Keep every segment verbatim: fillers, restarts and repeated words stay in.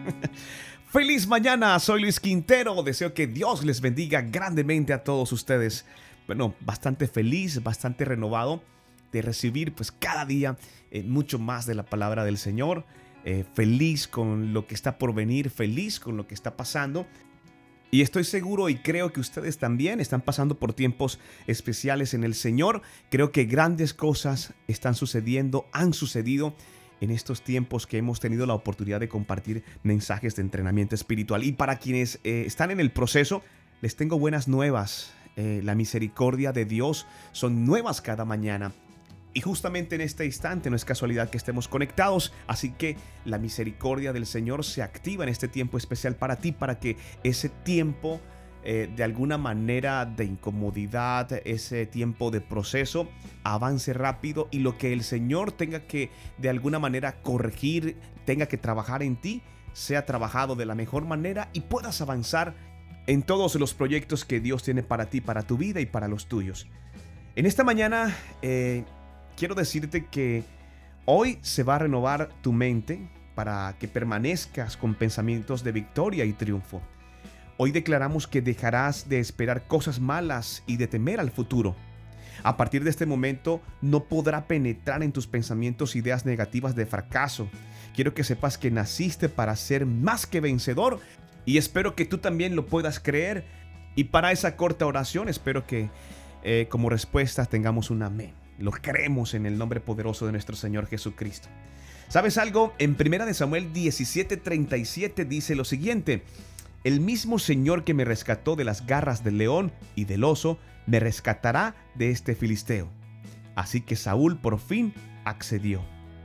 Feliz mañana, soy Luis Quintero. Deseo que Dios les bendiga grandemente a todos ustedes. Bueno, bastante feliz, bastante renovado de recibir pues cada día eh, mucho más de la palabra del Señor. Eh, feliz con lo que está por venir, feliz con lo que está pasando. Y estoy seguro y creo que ustedes también están pasando por tiempos especiales en el Señor. Creo que grandes cosas están sucediendo, han sucedido en estos tiempos que hemos tenido la oportunidad de compartir mensajes de entrenamiento espiritual. Y para quienes eh, están en el proceso, les tengo buenas nuevas. Eh, la misericordia de Dios son nuevas cada mañana. Y justamente en este instante no es casualidad que estemos conectados, así que la misericordia del Señor se activa en este tiempo especial para ti, para que ese tiempo eh, de alguna manera de incomodidad, ese tiempo de proceso avance rápido y lo que el Señor tenga que de alguna manera corregir, tenga que trabajar en ti, sea trabajado de la mejor manera y puedas avanzar en todos los proyectos que Dios tiene para ti, para tu vida y para los tuyos. En esta mañana eh, quiero decirte que hoy se va a renovar tu mente para que permanezcas con pensamientos de victoria y triunfo. Hoy declaramos que dejarás de esperar cosas malas y de temer al futuro. A partir de este momento no podrá penetrar en tus pensamientos ideas negativas de fracaso. Quiero que sepas que naciste para ser más que vencedor y espero que tú también lo puedas creer. Y para esa corta oración espero que eh, como respuesta tengamos un amén. Lo creemos en el nombre poderoso de nuestro Señor Jesucristo. ¿Sabes algo? En primera de Samuel diecisiete treinta y siete dice lo siguiente: el mismo Señor que me rescató de las garras del león y del oso, me rescatará de este filisteo. Así que Saúl por fin accedió.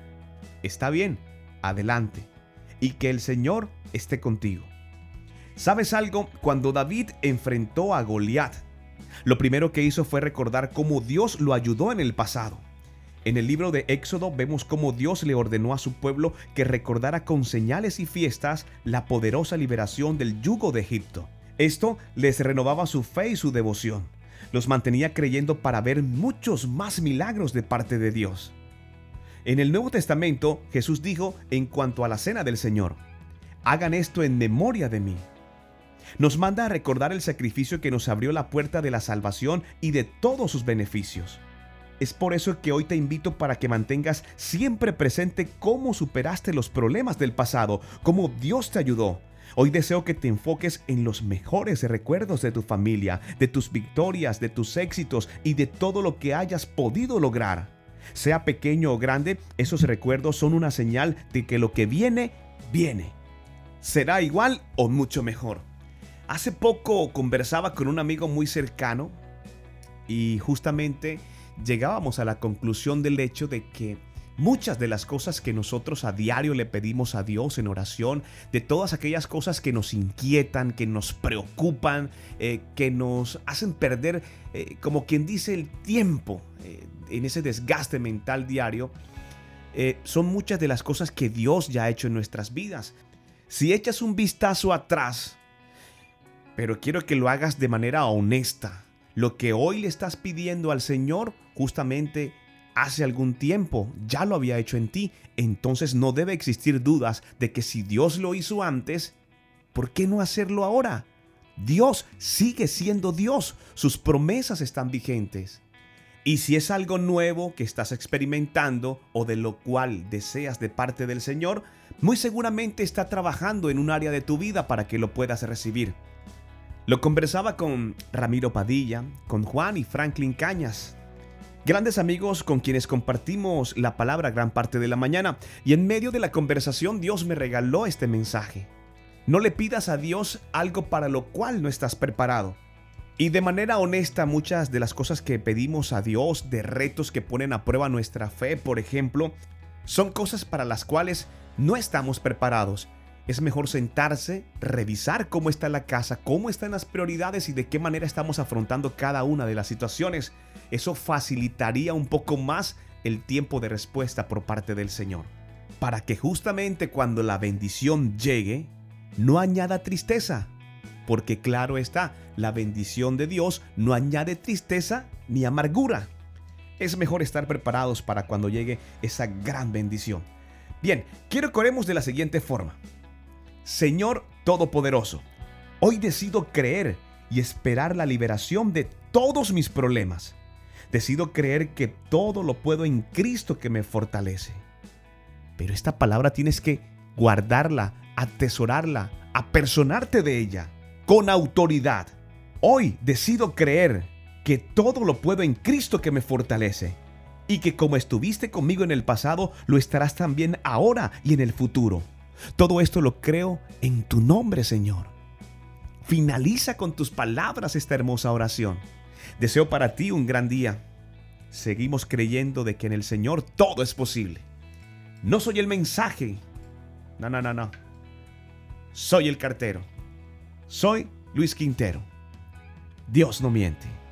Está bien, adelante, y que el Señor esté contigo. ¿Sabes algo? Cuando David enfrentó a Goliat, lo primero que hizo fue recordar cómo Dios lo ayudó en el pasado. En el libro de Éxodo vemos cómo Dios le ordenó a su pueblo que recordara con señales y fiestas la poderosa liberación del yugo de Egipto. Esto les renovaba su fe y su devoción. Los mantenía creyendo para ver muchos más milagros de parte de Dios. En el Nuevo Testamento, Jesús dijo en cuanto a la cena del Señor: hagan esto en memoria de mí. Nos manda a recordar el sacrificio que nos abrió la puerta de la salvación y de todos sus beneficios. Es por eso que hoy te invito para que mantengas siempre presente cómo superaste los problemas del pasado, cómo Dios te ayudó. Hoy deseo que te enfoques en los mejores recuerdos de tu familia, de tus victorias, de tus éxitos y de todo lo que hayas podido lograr. Sea pequeño o grande, esos recuerdos son una señal de que lo que viene, viene. Será igual o mucho mejor. Hace poco conversaba con un amigo muy cercano y justamente llegábamos a la conclusión del hecho de que muchas de las cosas que nosotros a diario le pedimos a Dios en oración, de todas aquellas cosas que nos inquietan, que nos preocupan, eh, que nos hacen perder, eh, como quien dice, el tiempo eh, en ese desgaste mental diario, eh, son muchas de las cosas que Dios ya ha hecho en nuestras vidas. Si echas un vistazo atrás, pero quiero que lo hagas de manera honesta, lo que hoy le estás pidiendo al Señor, justamente hace algún tiempo ya lo había hecho en ti. Entonces no debe existir dudas de que si Dios lo hizo antes, ¿por qué no hacerlo ahora? Dios sigue siendo Dios, sus promesas están vigentes. Y si es algo nuevo que estás experimentando o de lo cual deseas de parte del Señor, muy seguramente está trabajando en un área de tu vida para que lo puedas recibir. Lo conversaba con Ramiro Padilla, con Juan y Franklin Cañas, grandes amigos con quienes compartimos la palabra gran parte de la mañana, y en medio de la conversación Dios me regaló este mensaje. No le pidas a Dios algo para lo cual no estás preparado. Y de manera honesta, muchas de las cosas que pedimos a Dios, de retos que ponen a prueba nuestra fe, por ejemplo, son cosas para las cuales no estamos preparados. Es mejor sentarse, revisar cómo está la casa, cómo están las prioridades y de qué manera estamos afrontando cada una de las situaciones. Eso facilitaría un poco más el tiempo de respuesta por parte del Señor, para que justamente cuando la bendición llegue, no añada tristeza. Porque claro está, la bendición de Dios no añade tristeza ni amargura. Es mejor estar preparados para cuando llegue esa gran bendición. Bien, quiero que oremos de la siguiente forma. Señor Todopoderoso, hoy decido creer y esperar la liberación de todos mis problemas. Decido creer que todo lo puedo en Cristo que me fortalece. Pero esta palabra tienes que guardarla, atesorarla, apersonarte de ella con autoridad. Hoy decido creer que todo lo puedo en Cristo que me fortalece y que como estuviste conmigo en el pasado, lo estarás también ahora y en el futuro. Todo esto lo creo en tu nombre, Señor. Finaliza con tus palabras esta hermosa oración. Deseo para ti un gran día. Seguimos creyendo de que en el Señor todo es posible. No soy el mensaje. No, no, no, no. Soy el cartero. Soy Luis Quintero. Dios no miente.